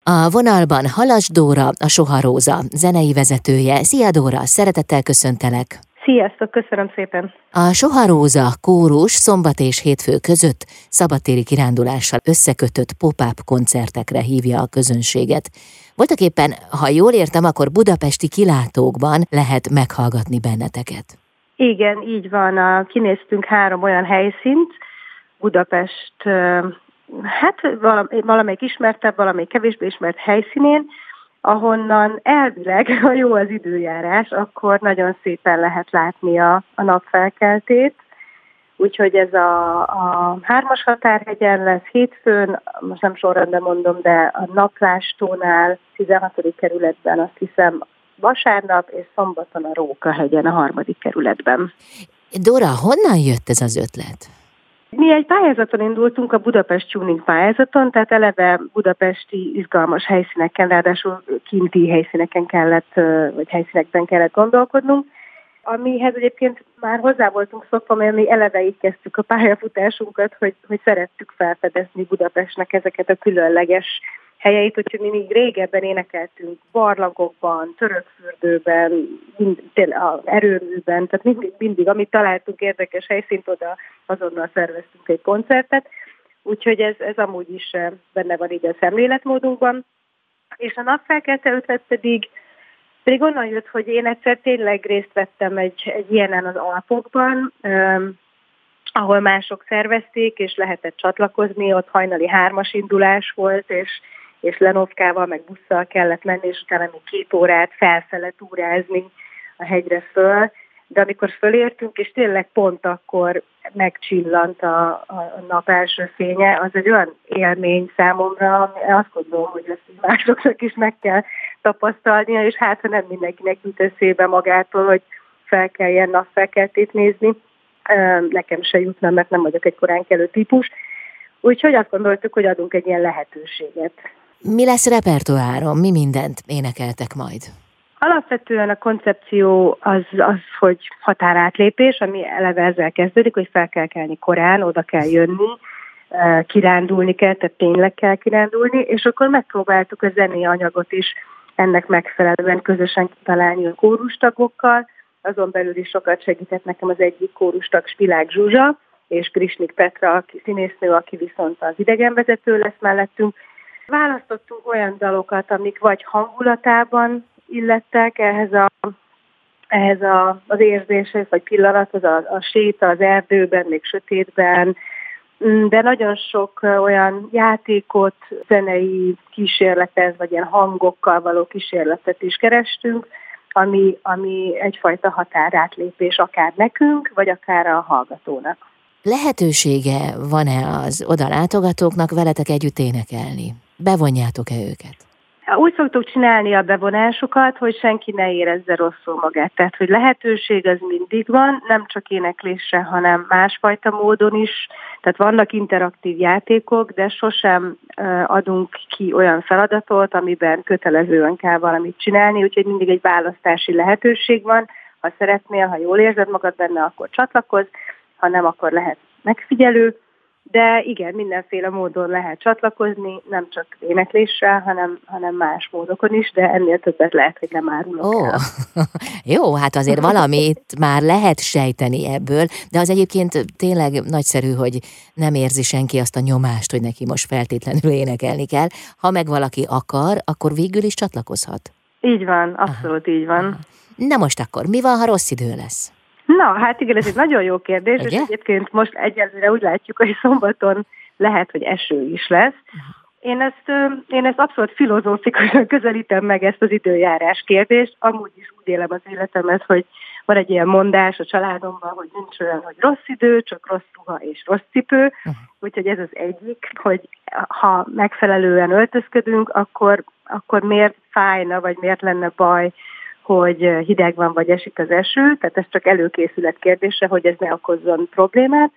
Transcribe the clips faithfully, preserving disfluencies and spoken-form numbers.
A vonalban Halas Dóra, a Soha Róza zenei vezetője. Szia Dóra, szeretettel köszöntelek! Sziasztok, köszönöm szépen! A Soha Róza kórus szombat és hétfő között szabadtéri kirándulással összekötött pop-up koncertekre hívja a közönséget. Voltaképpen, ha jól értem, akkor budapesti kilátókban lehet meghallgatni benneteket. Igen, így van. Kinéztünk három olyan helyszínt, Budapest, hát valamelyik ismertebb, valamelyik kevésbé ismert helyszínén, ahonnan elvileg, ha jó az időjárás, akkor nagyon szépen lehet látni a, a napfelkeltét. Úgyhogy ez a, a hármas határhegyen lesz hétfőn, most nem sorrendben mondom, de a Naplástónál, tizenhatodik kerületben, azt hiszem vasárnap, és szombaton a Rókahegyen, a harmadik kerületben. Dóra, honnan jött ez az ötlet? Mi egy pályázaton indultunk, a Budapest Tuning pályázaton, tehát eleve budapesti izgalmas helyszíneken, ráadásul kinti helyszíneken kellett, vagy helyszínekben kellett gondolkodnunk, amihez egyébként már hozzá voltunk szokva, mert mi eleve így kezdtük a pályafutásunkat, hogy, hogy szerettük felfedezni Budapestnek ezeket a különleges helyeit, úgyhogy mi még régebben énekeltünk barlangokban, Törökfürdőben, az erőműben, tehát mindig, mindig, amit találtunk érdekes helyszínt, oda azonnal szerveztünk egy koncertet, úgyhogy ez, ez amúgy is benne van így a szemléletmódunkban. És a napfelkelte ötlet pedig, pedig onnan jött, hogy én egyszer tényleg részt vettem egy, egy ilyenen az Alpokban, um, ahol mások szervezték, és lehetett csatlakozni, ott hajnali hármas indulás volt, és és Lenovkával, meg busszal kellett menni, és utána még két órát felfele túrázni a hegyre föl. De amikor fölértünk, és tényleg pont akkor megcsillant a, a nap első fénye, az egy olyan élmény számomra, ami azt gondolom, hogy ezt másoknak is meg kell tapasztalnia, és hát, ha nem mindenkinek jut eszébe magától, hogy fel kell ilyen napfelkeltét nézni. Nekem se jutna, mert nem vagyok egy koránkelő típus. Úgyhogy azt gondoltuk, hogy adunk egy ilyen lehetőséget. Mi lesz repertoáron? Mi mindent énekeltek majd? Alapvetően a koncepció az, az, hogy határátlépés, ami eleve ezzel kezdődik, hogy fel kell kelni korán, oda kell jönni, kirándulni kell, tehát tényleg kell kirándulni, és akkor megpróbáltuk a zenei anyagot is ennek megfelelően közösen kitalálni a kórustagokkal. Azon belül is sokat segített nekem az egyik kórustag, Spilák Zsuzsa, és Krisnik Petra, aki színésznő, aki viszont az idegenvezető lesz mellettünk. Választottunk olyan dalokat, amik vagy hangulatában illettek ehhez, a, ehhez a, az érzéshez, vagy pillanathoz, a, a séta az erdőben, még sötétben, de nagyon sok olyan játékot, zenei kísérletet, vagy ilyen hangokkal való kísérletet is kerestünk, ami, ami egyfajta határátlépés akár nekünk, vagy akár a hallgatónak. Lehetősége van-e az oda látogatóknak veletek együtt énekelni? Bevonjátok-e őket? Úgy szoktuk csinálni a bevonásokat, hogy senki ne érezze rosszul magát. Tehát, hogy lehetőség az mindig van, nem csak éneklésre, hanem másfajta módon is. Tehát vannak interaktív játékok, de sosem adunk ki olyan feladatot, amiben kötelezően kell valamit csinálni, úgyhogy mindig egy választási lehetőség van. Ha szeretnél, ha jól érzed magad benne, akkor csatlakozz, ha nem, akkor lehet megfigyelő. De igen, mindenféle módon lehet csatlakozni, nem csak énekléssel, hanem, hanem más módokon is, de ennél többet lehet, hogy nem árulok Ó, el. Jó, hát azért valamit már lehet sejteni ebből, de az egyébként tényleg nagyszerű, hogy nem érzi senki azt a nyomást, hogy neki most feltétlenül énekelni kell. Ha meg valaki akar, akkor végül is csatlakozhat. Így van, abszolút Aha. így van. Na most akkor, mi van, ha rossz idő lesz? Na, hát igen, ez egy nagyon jó kérdés, és egyébként most egyelőre úgy látjuk, hogy szombaton lehet, hogy eső is lesz. Én ezt, én ezt abszolút filozófikusan közelítem meg, ezt az időjárás kérdést. Amúgy is úgy élem az életemet, hogy van egy ilyen mondás a családomban, hogy nincs olyan, hogy rossz idő, csak rossz ruha és rossz cipő. Uh-huh. Úgyhogy ez az egyik, hogy ha megfelelően öltözködünk, akkor, akkor miért fájna, vagy miért lenne baj, hogy hideg van, vagy esik az eső, tehát ez csak előkészület kérdése, hogy ez ne okozzon problémát.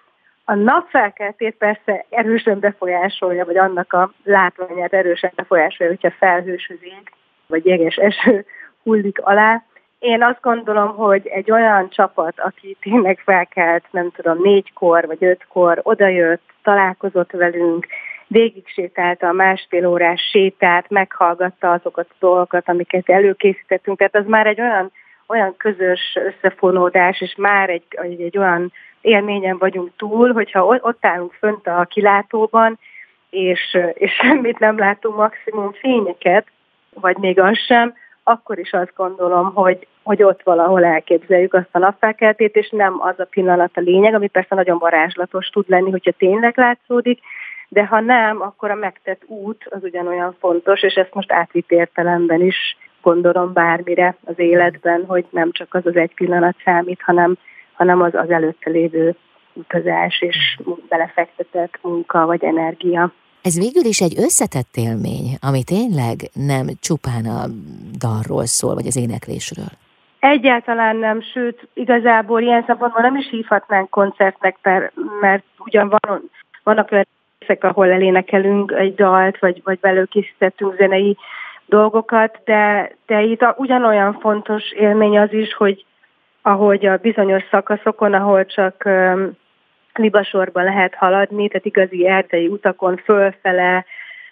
A napfelkeltét persze erősen befolyásolja, vagy annak a látványát erősen befolyásolja, hogyha felhős az ég, vagy jeges eső hullik alá. Én azt gondolom, hogy egy olyan csapat, aki tényleg felkelt, nem tudom, négykor vagy ötkor, odajött, találkozott velünk, végig sétálta a másfél órás sétát, meghallgatta azokat a dolgokat, amiket előkészítettünk. Tehát az már egy olyan, olyan közös összefonódás, és már egy, egy, egy olyan élményen vagyunk túl, hogyha ott állunk fönt a kilátóban, és, és semmit nem látunk, maximum fényeket, vagy még az sem, akkor is azt gondolom, hogy, hogy ott valahol elképzeljük azt a napfelkeltét, és nem az a pillanat a lényeg, ami persze nagyon varázslatos tud lenni, hogyha tényleg látszódik, de ha nem, akkor a megtett út az ugyanolyan fontos, és ezt most átvitt értelemben is gondolom bármire az életben, hogy nem csak az az egy pillanat számít, hanem, hanem az az előtte lévő utazás és belefektetett munka vagy energia. Ez végül is egy összetett élmény, ami tényleg nem csupán a dalról szól, vagy az éneklésről. Egyáltalán nem, sőt, igazából ilyen szempontból nem is hívhatnánk koncertnek, mert, mert ugyan van, vannak olyan részek, ahol elénekelünk egy dalt, vagy, vagy belőkészítettünk zenei dolgokat, de, de itt a, ugyanolyan fontos élmény az is, hogy ahogy a bizonyos szakaszokon, ahol csak um, libasorban lehet haladni, tehát igazi erdei utakon fölfele,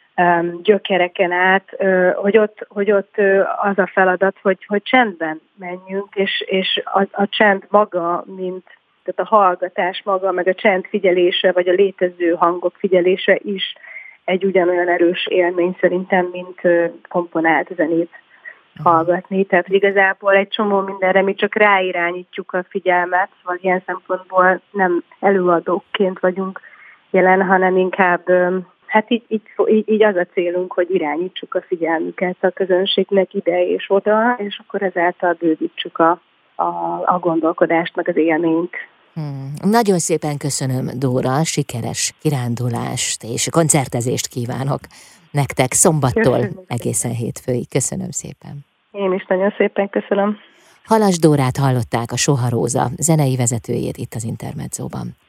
um, gyökereken át, uh, hogy ott, hogy ott uh, az a feladat, hogy, hogy csendben menjünk, és, és a, a csend maga, mint tehát a hallgatás maga, meg a csend figyelése, vagy a létező hangok figyelése is egy ugyanolyan erős élmény szerintem, mint uh, komponált zenét hallgatni. Tehát igazából egy csomó mindenre mi csak ráirányítjuk a figyelmet, vagy ilyen szempontból nem előadóként vagyunk jelen, hanem inkább hát így, így, így, így az a célunk, hogy irányítsuk a figyelmüket a közönségnek ide és oda, és akkor ezáltal bővítsük a, a, a gondolkodást, meg az élményt. Hmm. Nagyon szépen köszönöm, Dóra, sikeres kirándulást és koncertezést kívánok nektek szombattól köszönöm. Egészen hétfőig. Köszönöm szépen. Én is nagyon szépen köszönöm. Halas Dórát hallották, a Soha Róza zenei vezetőjét itt az Intermedzóban.